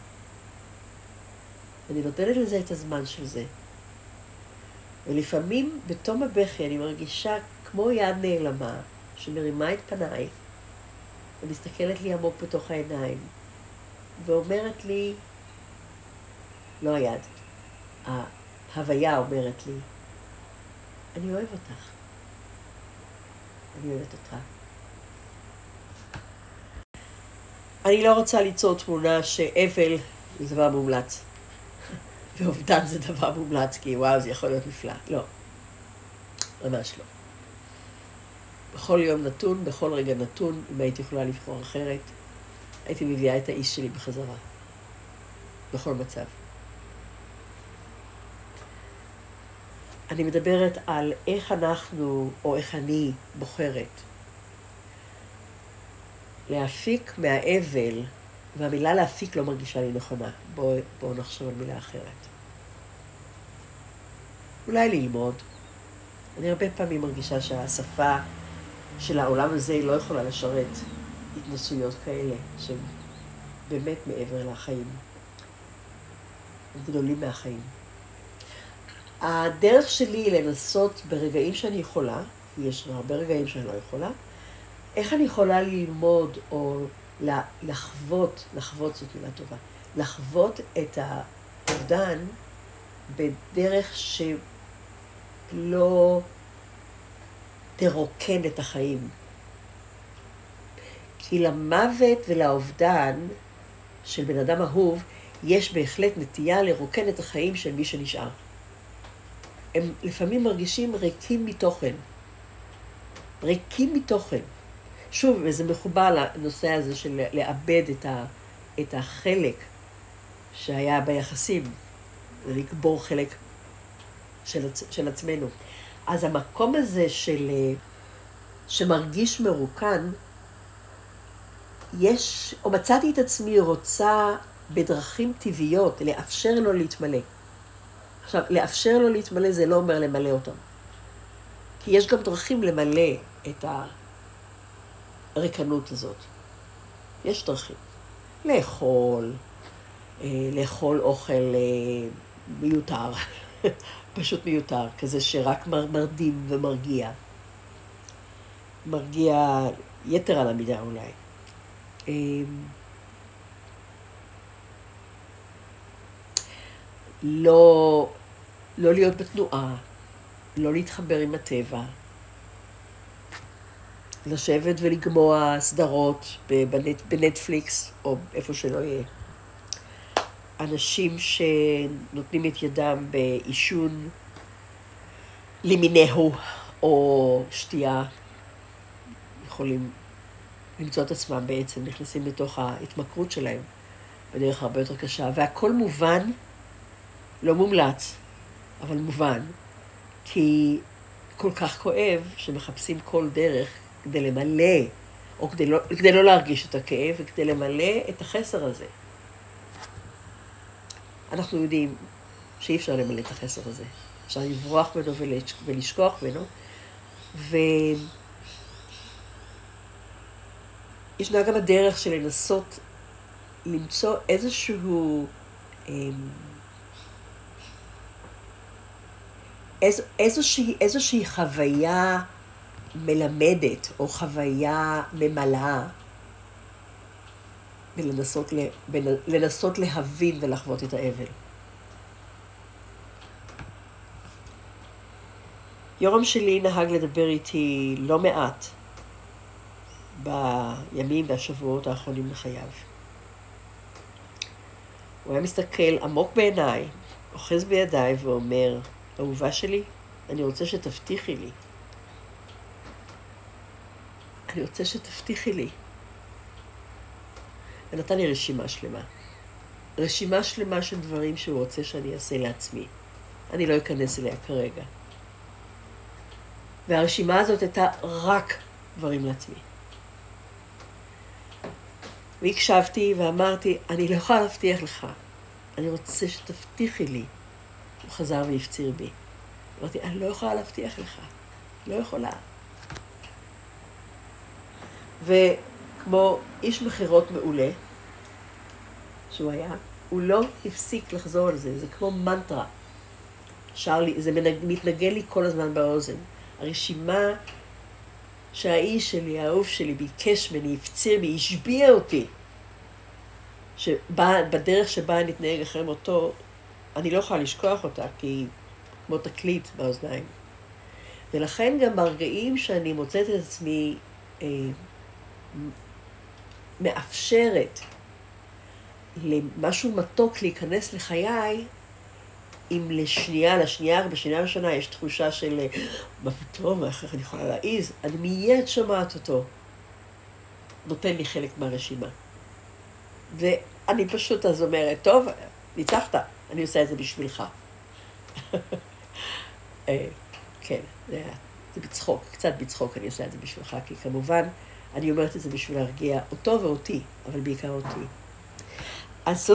אני נותנת לזה את הזמן של זה. ולפעמים בתום הבכי אני מרגישה כמו יד נעלמה, שמרימה את פניי, ומסתכלת לי עמוק בתוך העיניים, ואומרת לי, לא היד, ההוויה אומרת לי, אני אוהב אותך. אני אוהבת אותך. אני לא רוצה ליצור תמונה שאבל זה דבר מומלץ. ואובדן זה דבר מומלץ, כי וואו, זה יכול להיות נפלא. לא. ממש לא. בכל יום נתון, בכל רגע נתון, אם הייתי יכולה לבחור אחרת, הייתי מביאה את האיש שלי בחזרה. בכל מצב. אני מדברת על איך אנחנו, או איך אני בוחרת, להפיק מהאבל, והמילה להפיק לא מרגישה לי נכונה. בואו נחשוב על מילה אחרת. אולי ללמוד. אני הרבה פעמים מרגישה שהשפה של העולם הזה לא יכולה לשרת התנסויות כאלה, שהן באמת מעבר לחיים. הם גדולים מהחיים. הדרך שלי לנסות ברגעים שאני יכולה, יש הרבה רגעים שאני לא יכולה, איך אני יכולה ללמוד או לחוות זאת מילה טובה, לחוות את האובדן בדרך שלא תרוקן את החיים. כי למוות ולאובדן של בן אדם אהוב, יש בהחלט נטייה לרוקן את החיים של מי שנשאר. הם לפעמים מרגישים ריקים מתוכן. ריקים מתוכן. שוב, וזה מחובר לנושא הזה של לאבד את החלק שהיה ביחסים, ולקבור חלק של עצמנו. אז המקום הזה שמרגיש מרוקן, או מצאתי את עצמי רוצה בדרכים טבעיות לאפשר לו להתמלא. עכשיו, לאפשר לו להתמלא זה לא אומר למלא אותם. כי יש גם דרכים למלא את הריקנות הזאת. יש דרכים. לאכול אוכל מיותר. פשוט מיותר. כזה שרק מרדים ומרגיע. מרגיע יתר על המידה אולי. לא להיות בתנועה, לא להתחבר עם הטבע, לשבת ולגמוע סדרות בנטפליקס או איפה שלא יהיה. אנשים שנותנים את ידם בעישון למיניהו או שתייה, יכולים למצוא את עצמם בעצם, נכנסים לתוך ההתמכרות שלהם בדרך הרבה יותר קשה, והכל מובן, לא מומלץ, אבל מובן, כי כל כך כואב שמחפשים כל דרך כדי למלא, או כדי לא להרגיש את הכאב, וכדי למלא את החסר הזה. אנחנו יודעים שאי אפשר למלא את החסר הזה. אפשר לברוח ממנו ולשכוח ממנו, ישנה גם הדרך של לנסות למצוא איזושהי חוויה מלמדת או חוויה ממלאה, ולנסות להבין ולחוות את האבל. יורם שלי נהג לדבר איתי לא מעט בימים והשבועות האחרונים לחייו. הוא היה מסתכל עמוק בעיניי, אוחז בידיי ואומר, אהובה שלי, אני רוצה שתבטיחי לי. אני רוצה שתבטיחי לי. ונתן לי רשימה שלמה. רשימה שלמה של דברים שהוא רוצה שאני אעשה לעצמי. אני לא אכנס אליה כרגע. והרשימה הזאת הייתה רק דברים לעצמי. והקשבתי ואמרתי, אני לא יכולה להבטיח לך, אני רוצה שתבטיחי לי. הוא חזר והפציר בי. אמרתי, אני לא יכולה להבטיח לך, לא יכולה. וכמו איש מחירות מעולה, שהוא היה, הוא לא הפסיק לחזור על זה, זה כמו מנטרה. זה מתנגן לי כל הזמן באוזן. הרשימה שהאיש שלי, האהוב שלי, ביקש ממני, הפציר בי, השביע אותי, בדרך שבה נתנהג אחרי מותו, אני לא יכולה לשכוח אותה, כי היא כמו תקליט באוזניים. ולכן גם ברגעים שאני מוצאת את עצמי מאפשרת למשהו מתוק להיכנס לחיי, אם בשנייה הראשונה יש תחושה של מה פתאום, איך אני יכולה להעיז, אני מיד שומעת אותו, נותן לי חלק מהרשימה. ואני פשוט אז אומרת, טוב, ניצחת, אני עושה את זה בשבילך. כן, זה בצחוק, קצת בצחוק אני עושה את זה בשבילך, כי כמובן אני אומרת את זה בשביל להרגיע אותו ואותי, אבל בעיקר אותי. אז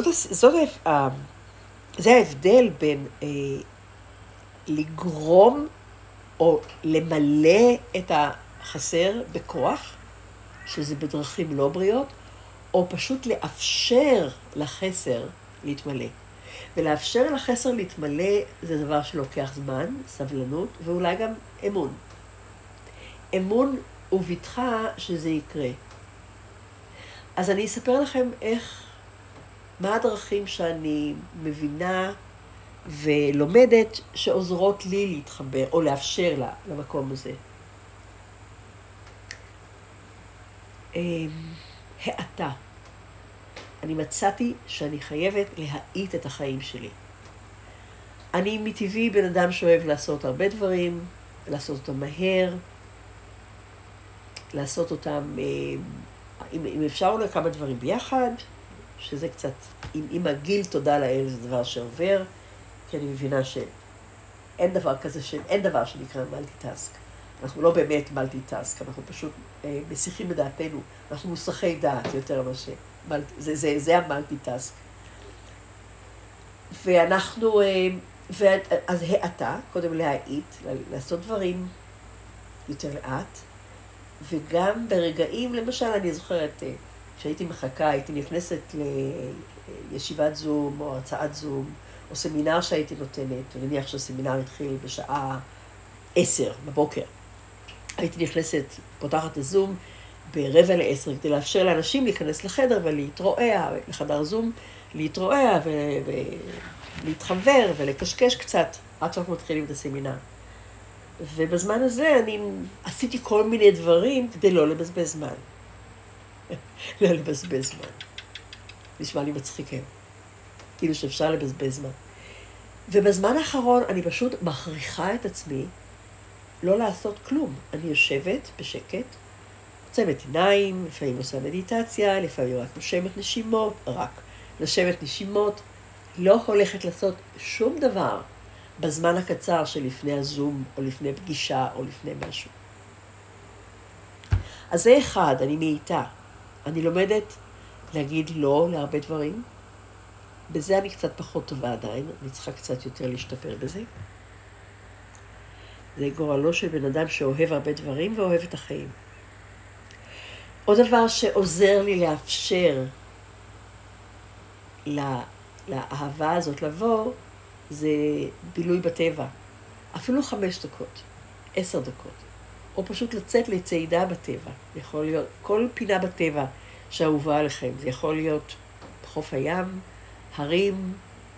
זה ההבדל בין לגרום או למלא את החסר בכוח, שזה בדרכים לא בריאות, או פשוט לאפשר לחסר להתמלא. ולאפשר לחסר להתמלא זה דבר שלוקח זמן, סבלנות, ואולי גם אמון. אמון ובטחה שזה יקרה. אז אני אספר לכם מה הדרכים שאני מבינה ולומדת שעוזרות לי להתחבר, או לאפשר לה למקום הזה. האטה. אני מצאתי שאני חייבת להאט את החיים שלי. אני מטבעי בן אדם שאוהב לעשות הרבה דברים, לעשות אותם מהר, לעשות אותם, אם אפשר אולי כמה דברים ביחד, שזה קצת, עם הגיל תודה לאל זה דבר שעובר, כי אני מבינה שאין דבר כזה, אין דבר שנקרא מולטיטאסק. אנחנו לא באמת מולטיטאסק, אנחנו פשוט מסיחים בדעתנו, אנחנו מוסחי דעת יותר מאשר. זה המולטיטאסק. ואנחנו, אז האטה, קודם להאט, לעשות דברים יותר לאט, וגם ברגעים, למשל אני זוכרת, כשהייתי מחכה, הייתי נכנסת לישיבת זום או הרצאת זום, או סמינר שהייתי נותנת, ונניח שהסמינר התחיל בשעה 10 בבוקר. הייתי נכנסת, פותחת הזום, ב9:45, כדי לאפשר לאנשים להיכנס לחדר ולהתרועע, לחדר זום, להתרועע ולהתחבר ולקשקש קצת, עד שאנחנו מתחילים את הסמינר. ובזמן הזה אני עשיתי כל מיני דברים כדי לא לבזבז זמן. לא לבזבז זמן. נשמע לי מצחיקים. כאילו שאפשר לבזבז זמן. ובזמן האחרון אני פשוט מכריחה את עצמי לא לעשות כלום. אני יושבת בשקט, עוצמת עיניים, לפעמים עושה מדיטציה, לפעמים רק נושמת נשימות, נושמת נשימות, לא הולכת לעשות שום דבר בזמן הקצר שלפני הזום, או לפני פגישה, או לפני משהו. אז זה אחד, אני מאיתה. אני לומדת להגיד לא להרבה דברים. בזה אני קצת פחות טובה עדיין, אני צריכה קצת יותר להשתפר בזה. זה גורלו של בן אדם שאוהב הרבה דברים ואוהב את החיים. עוד דבר שעוזר לי לאפשר לאהבה הזאת לבוא, זה בילוי בטבע. אפילו 5 דקות, 10 דקות. או פשוט לצאת לצעידה בטבע. יכול להיות כל פינה בטבע שאהובה עליכם. זה יכול להיות חוף הים, הרים,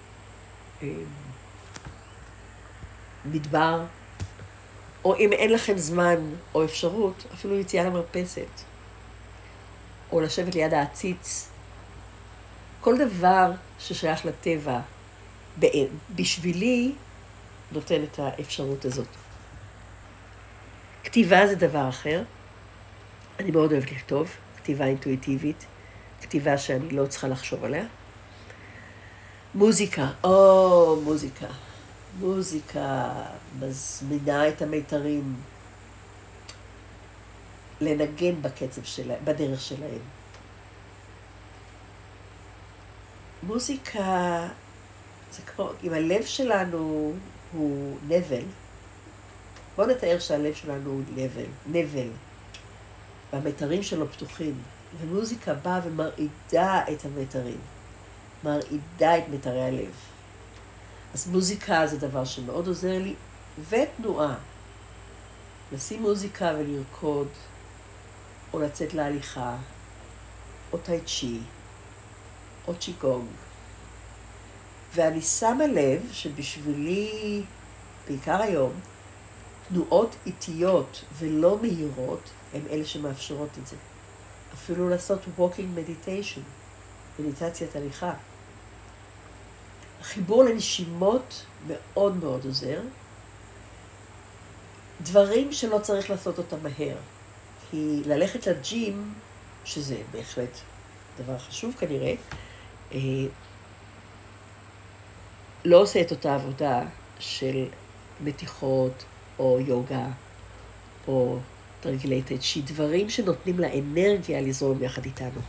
מדבר, או אם אין לכם זמן או אפשרות, אפילו יציאה למרפסת, או לשבת ליד העציץ. כל דבר ששייך לטבע, בשבילי, נותן את האפשרות הזאת. כתיבה זה דבר אחר. אני מאוד אוהבת לכתוב, כתיבה אינטואיטיבית, כתיבה שאני לא צריכה לחשוב עליה. מוזיקה, מוזיקה. מוזיקה מזמינה את המיתרים, לנגן בקצב שלהם, בדרך שלהם. מוזיקה, זה כמו, אם הלב שלנו הוא נבל, בואו נתאר שהלב שלנו הוא נבל, והמתרים שלו פתוחים, ומוזיקה באה ומרעידה את המתרים, מרעידה את מתרי הלב. אז מוזיקה זה דבר שמאוד עוזר לי, ותנועה. לשים מוזיקה ולרקוד, או לצאת להליכה, או טאי צ'י, או צ'יגונג. ואני שמה לב שבשבילי, בעיקר היום, תנועות איטיות ולא מהירות, הן אלה שמאפשרות את זה. אפילו לעשות walking meditation, מדיטציית הליכה. החיבור לנשימות מאוד מאוד עוזר. דברים שלא צריך לעשות אותם מהר. כי ללכת לג'ים, שזה בהחלט דבר חשוב כנראה, לא עושה את אותה עבודה של מתיחות או יוגה או תרגילי טאי צ'י, דברים שנותנים לה אנרגיה לזרום יחד איתנו.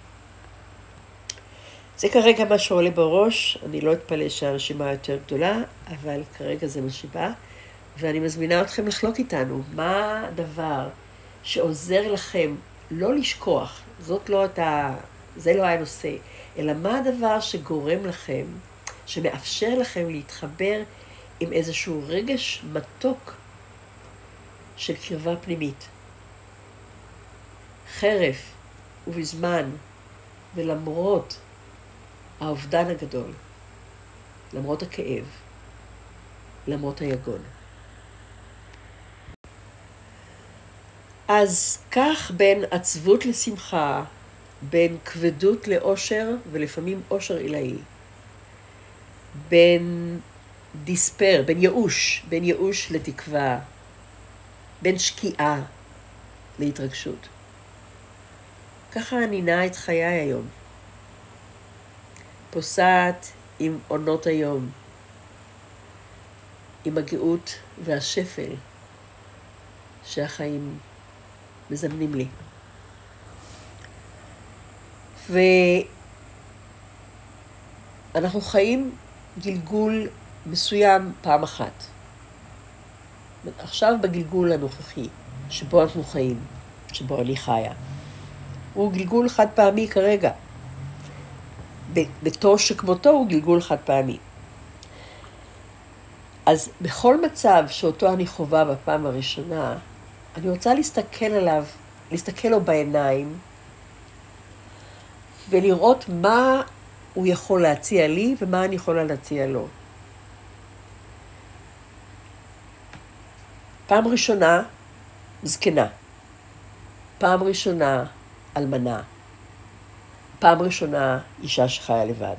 זה כרגע מה שעולה בראש, אני לא אתפלא שהרשימה יותר גדולה, אבל כרגע זה מה שבא, ואני מזמינה אתכם לחלוק איתנו מה הדבר שעוזר לכם לא לשכוח, זה לא היה נושא, אלא מה הדבר שגורם לכם, שמאפשר לכם להתחבר עם איזשהו רגש מתוק של קרבה פנימית. חרף ובזמן ולמרות האובדן הגדול, למרות הכאב, למרות היגון. אז כך בין עצבות לשמחה, בין כבדות לאושר ולפעמים אושר עילאי, בין דיספר, בין ייאוש לתקווה, בין שקיעה להתרגשות. ככה אני נעה את חיי היום. פוסעת עם עונות היום, עם הגאות והשפל שהחיים מזמנים לי. ואנחנו חיים גלגול מסוים פעם אחת. עכשיו בגלגול הנוכחי, שבו אנחנו חיים, שבו אני חיה, הוא גלגול חד פעמי כרגע. בתור שכמותו הוא גלגול חד פעמי. אז בכל מצב שאותו אני חווה בפעם הראשונה, אני רוצה להסתכל לו בעיניים, ולראות מה הוא יכול להציע לי, ומה אני יכולה להציע לו. פעם ראשונה, זקנה. פעם ראשונה, אלמנה. פעם ראשונה, אישה שחיה לבד.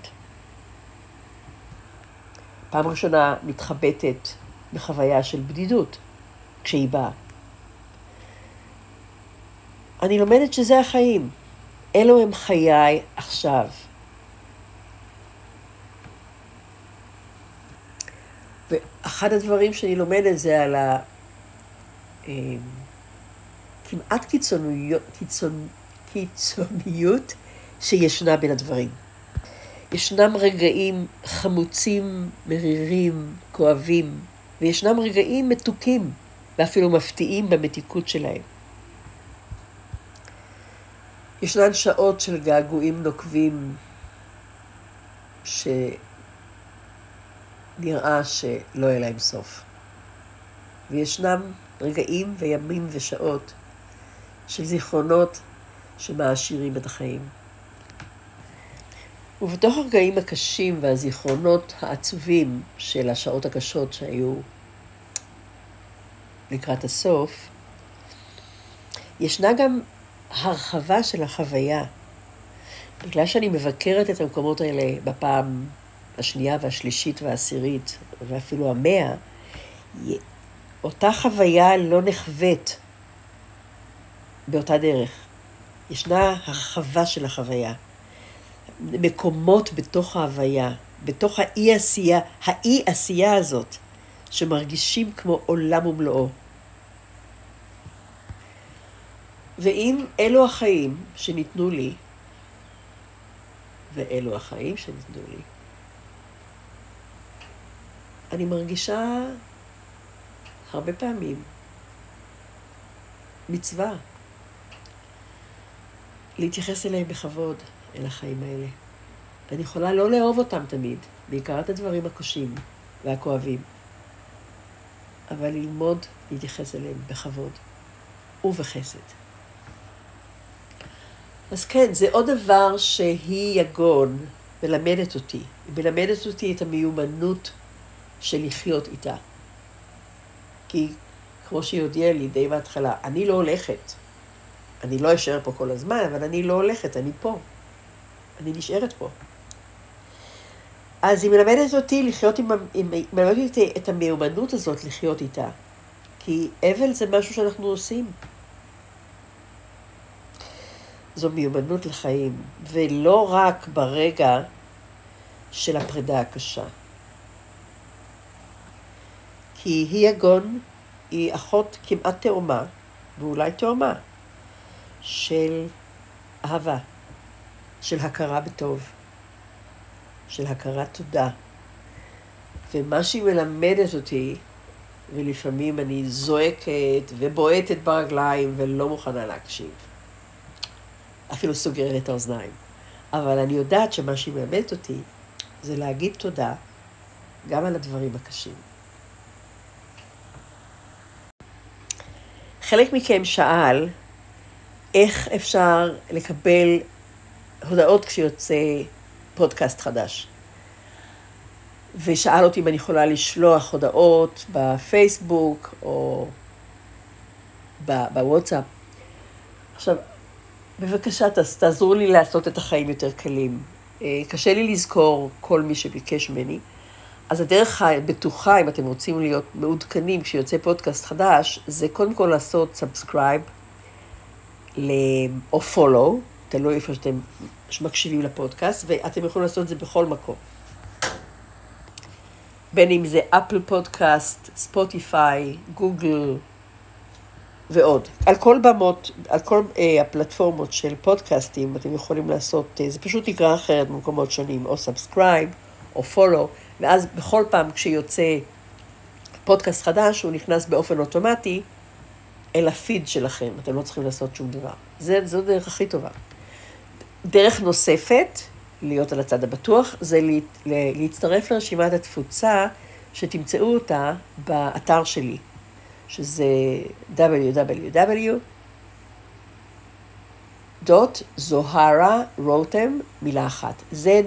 פעם ראשונה, מתחבטת בחוויה של בדידות, כשהיא באה. אני לומדת שזה החיים. אלו הם חיי עכשיו. ואחד הדברים שאני לומדת זה על כמעט קיצוניות שישנה בין הדברים. ישנם רגעים חמוצים, מרירים, כואבים, וישנם רגעים מתוקים, ואפילו מפתיעים במתיקות שלהם. ישנן שעות של געגועים נוקבים, שנראה שלא יהיה להם סוף. וישנם רגעים וימים ושעות של זיכרונות שמעשירים את החיים. ובתוך הרגעים הקשים והזיכרונות העצובים של השעות הקשות שהיו לקראת הסוף, ישנה גם הרחבה של החוויה. בגלל שאני מבקרת את המקומות האלה בפעם השנייה והשלישית והעשירית, ואפילו 100, אותה חוויה לא נחווית באותה דרך. ישנה הרחבה של החוויה. מקומות בתוך ההוויה, בתוך האי-עשייה הזאת, שמרגישים כמו עולם ומלואו. ואם אלו החיים שניתנו לי, ואלו החיים שניתנו לי, אני מרגישה הרבה פעמים מצווה להתייחס אליהם בכבוד, אל החיים האלה. אני יכולה לא לאהוב אותם תמיד, בעיקר את הדברים הקשים והכואבים, אבל ללמוד להתייחס אליהם בכבוד ובחסד. אז כן, זה עוד דבר שהיא יגון מלמדת אותי. היא מלמדת אותי את המיומנות של לחיות איתה. כי כמו שהיא הודיעה לי די בהתחלה, אני לא הולכת. אני לא אשאר פה כל הזמן, אבל אני לא הולכת, אני פה. אני נשארת פה. אז היא מלמדת אותי לחיות מלמדת אותי את המיומנות הזאת לחיות איתה. כי אבל זה משהו שאנחנו עושים. זו מיומנות לחיים, ולא רק ברגע של הפרידה הקשה. כי היא יגון, היא אחות כמעט תאומה, ואולי תאומה, של אהבה, של הכרה בטוב, של הכרת תודה. ומה שהיא מלמדת אותי, ולפעמים אני זועקת ובועטת ברגליים ולא מוכנה להקשיב. אפילו סוגרת את האוזניים. אבל אני יודעת שמה שהיא מלמדת אותי, זה להגיד תודה גם על הדברים הקשים. חלק מכם שאל איך אפשר לקבל הודעות כשיוצא פודקאסט חדש. ושאל אותי אם אני יכולה לשלוח הודעות בפייסבוק או בוואטסאפ. עכשיו, בבקשה, תעזרו לי לעשות את החיים יותר קלים. קשה לי לזכור כל מי שביקש ממני. אז הדרך הבטוחה, אם אתם רוצים להיות מעודכנים כשיוצא פודקאסט חדש, זה קודם כל לעשות סאבסקרייב או פולו, תלוי איפה שאתם מקשיבים לפודקאסט, ואתם יכולים לעשות את זה בכל מקום. בין אם זה אפל פודקאסט, ספוטיפיי, גוגל ועוד. על כל במות, על כל הפלטפורמות של פודקאסטים, אתם יכולים לעשות, זה פשוט נקרא אחרת במקומות שונים, או סאבסקרייב או פולו, ואז בכל פעם כשיוצא פודקאסט חדש, הוא נכנס באופן אוטומטי אל הפיד שלכם. אתם לא צריכים לעשות שום דבר. זו דרך הכי טובה. דרך נוספת, להיות על הצד הבטוח, זה להצטרף לרשימת התפוצה שתמצאו אותה באתר שלי, שזה www.zohara.rotem, מילה אחת,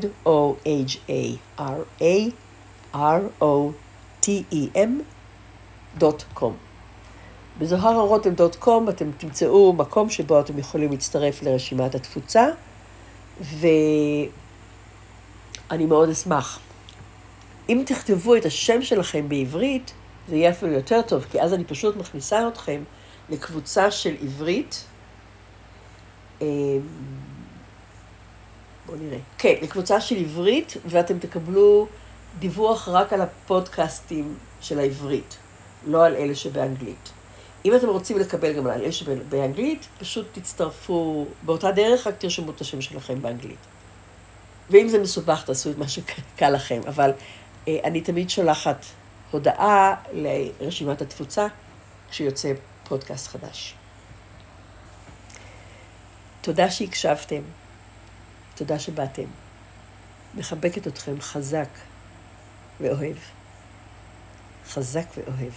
zohararotem.com. בzohararotem.com אתם תמצאו מקום שבו אתם יכולים להצטרף לרשימת התפוצה, ואני מאוד אשמח. אם תכתבו את השם שלכם בעברית, זה יהיה אפילו יותר טוב, כי אז אני פשוט מכניסה אתכם לקבוצה של עברית. בואו נראה. כן, לקבוצה של עברית, ואתם תקבלו דיווח רק על הפודקאסטים של העברית, לא על אלה שבאנגלית. אם אתם רוצים לקבל גם על אלה שבאנגלית, פשוט תצטרפו באותה דרך, רק תרשמו את השם שלכם באנגלית. ואם זה מסובך, תעשו את מה שקל לכם, אבל אני תמיד שולחת הודעה לרשימת התפוצה כשיוצא פודקאסט חדש. תודה שהקשבתם, תודה שבאתם. מחבקת אתכם חזק ואוהב. חזק ואוהב.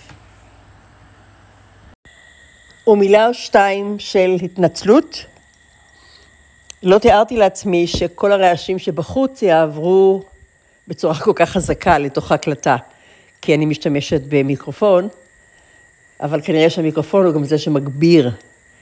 ומילה או שתיים של התנצלות. לא תיארתי לעצמי שכל הרעשים שבחוץ יעברו בצורה כל כך חזקה לתוך ההקלטה, כי אני משתמשת במיקרופון, אבל כנראה שהמיקרופון הוא גם זה שמגביר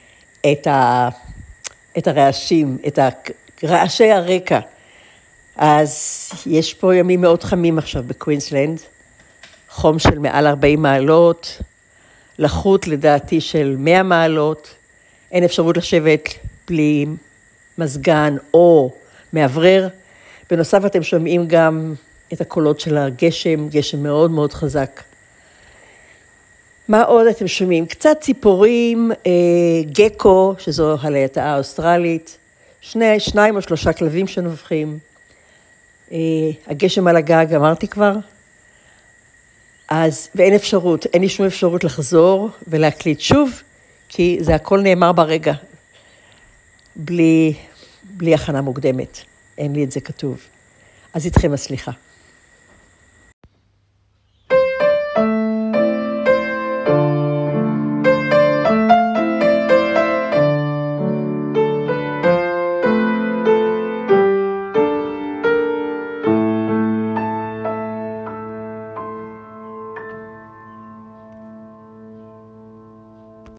את הרעשים, את רעשי הרקע. אז יש פה ימים מאוד חמים עכשיו בקווינסלנד, חום של מעל 40 מעלות, לחות לדעתי של 100 מעלות, אין אפשרות לשבת בלי מזגן או מעברר. בנוסף אתם שומעים גם את הקולות של הגשם, גשם מאוד מאוד חזק. מה עוד אתם שומעים? קצת ציפורים, גקו, שזו הלהטה האוסטרלית, 2 או 3 כלבים שנובחים, הגשם על הגג, אמרתי כבר, אז, ואין אפשרות, אין לי שום אפשרות לחזור ולהקליט שוב, כי זה הכל נאמר ברגע, בלי הכנה מוקדמת, אין לי את זה כתוב. אז איתכם הסליחה.